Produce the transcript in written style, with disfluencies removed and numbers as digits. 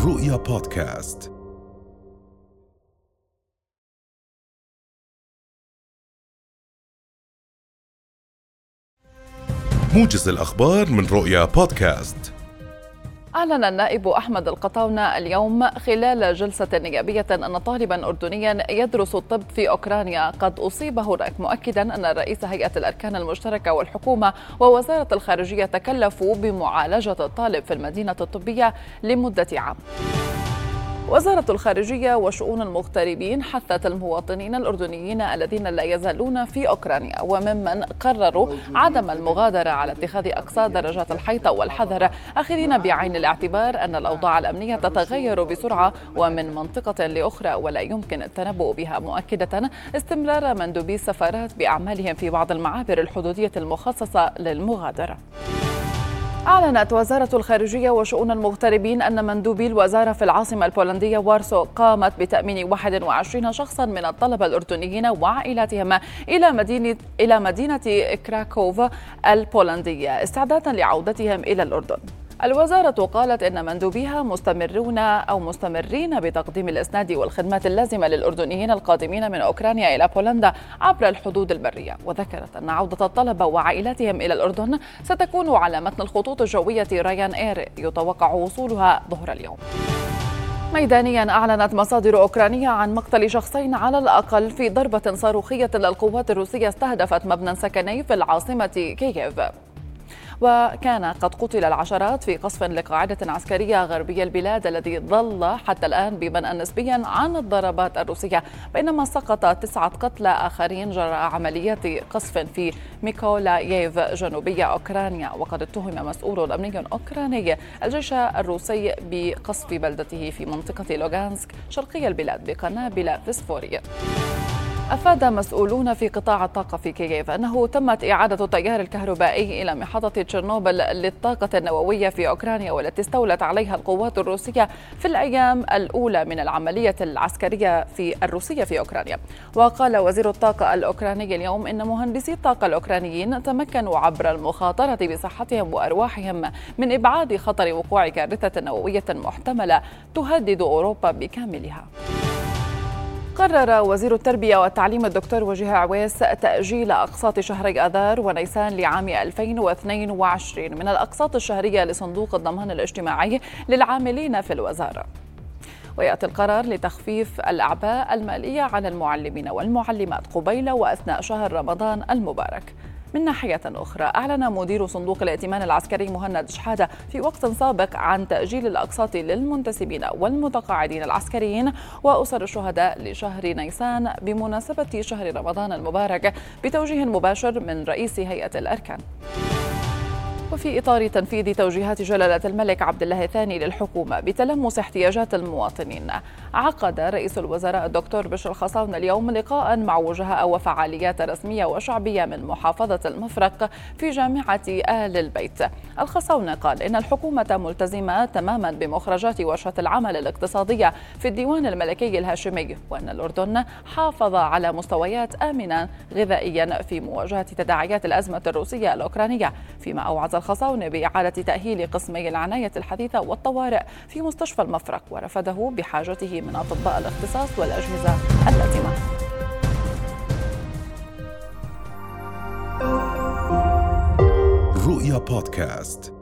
رؤيا بودكاست. موجز الأخبار من رؤيا بودكاست. أعلن النائب أحمد القطاونة اليوم خلال جلسة نيابية أن طالبا أردنيا يدرس الطب في أوكرانيا قد أصيب هناك، مؤكدا أن رئيس هيئة الأركان المشتركة والحكومة ووزارة الخارجية تكلفوا بمعالجة الطالب في المدينة الطبية لمدة عام. وزارة الخارجية وشؤون المغتربين حثت المواطنين الأردنيين الذين لا يزالون في أوكرانيا وممن قرروا عدم المغادرة على اتخاذ أقصى درجات الحيطة والحذر، آخذين بعين الاعتبار أن الأوضاع الأمنية تتغير بسرعة ومن منطقة لأخرى ولا يمكن التنبؤ بها، مؤكدة استمرار مندوبي السفارات بأعمالهم في بعض المعابر الحدودية المخصصة للمغادرة. أعلنت وزارة الخارجية وشؤون المغتربين أن مندوبي الوزارة في العاصمة البولندية وارسو قامت بتأمين 21 شخصا من الطلبة الأردنيين وعائلاتهم إلى مدينة كراكوف البولندية استعدادا لعودتهم إلى الأردن. الوزارة قالت إن مندوبيها مستمرين بتقديم الإسناد والخدمات اللازمة للأردنيين القادمين من أوكرانيا إلى بولندا عبر الحدود البرية، وذكرت أن عودة الطلبة وعائلاتهم إلى الأردن ستكون على متن الخطوط الجوية رايان إير يتوقع وصولها ظهر اليوم. ميدانيا أعلنت مصادر أوكرانية عن مقتل شخصين على الأقل في ضربة صاروخية للقوات الروسية استهدفت مبنى سكني في العاصمة كييف، وكان قد قتل العشرات في قصف لقاعدة عسكرية غربي البلاد الذي ظل حتى الآن بمنأى نسبيا عن الضربات الروسية، بينما سقط 9 قتلى آخرين جراء عمليات قصف في ميكولاييف جنوبية أوكرانيا. وقد اتهم مسؤول أمني أوكراني الجيش الروسي بقصف بلدته في منطقة لوغانسك شرقي البلاد بقنابل فسفورية. أفاد مسؤولون في قطاع الطاقة في كييف أنه تمت إعادة التيار الكهربائي إلى محطة تشيرنوبل للطاقة النووية في أوكرانيا والتي استولت عليها القوات الروسية في الأيام الأولى من العملية العسكرية الروسية في أوكرانيا. وقال وزير الطاقة الأوكراني اليوم إن مهندسي الطاقة الأوكرانيين تمكنوا عبر المخاطرة بصحتهم وأرواحهم من إبعاد خطر وقوع كارثة نووية محتملة تهدد أوروبا بكاملها. قرر وزير التربية والتعليم الدكتور وجيه عويس تأجيل أقساط شهري آذار ونيسان لعام 2022 من الأقساط الشهرية لصندوق الضمان الاجتماعي للعاملين في الوزارة. ويأتي القرار لتخفيف الأعباء المالية على المعلمين والمعلمات قبيل وأثناء شهر رمضان المبارك. من ناحية أخرى أعلن مدير صندوق الائتمان العسكري مهند شحادة في وقت سابق عن تأجيل الأقساط للمنتسبين والمتقاعدين العسكريين وأسر الشهداء لشهر نيسان بمناسبة شهر رمضان المبارك بتوجيه مباشر من رئيس هيئة الأركان. وفي إطار تنفيذ توجيهات جلالة الملك عبد الله الثاني للحكومة بتلمس احتياجات المواطنين، عقد رئيس الوزراء الدكتور بشر الخصاونة اليوم لقاء مع وجهاء وفعاليات رسمية وشعبية من محافظة المفرق في جامعة آل البيت. الخصاونة قال إن الحكومة ملتزمة تماما بمخرجات ورشة العمل الاقتصادية في الديوان الملكي الهاشمي، وأن الأردن حافظ على مستويات آمنة غذائيا في مواجهة تداعيات الأزمة الروسية الأوكرانية، فيما أوعز الخصاونة بإعادة تأهيل قسمي العناية الحديثة والطوارئ في مستشفى المفرق، ورفده بحاجته من أطباء الاختصاص والأجهزة اللازمة. رؤيا بودكاست.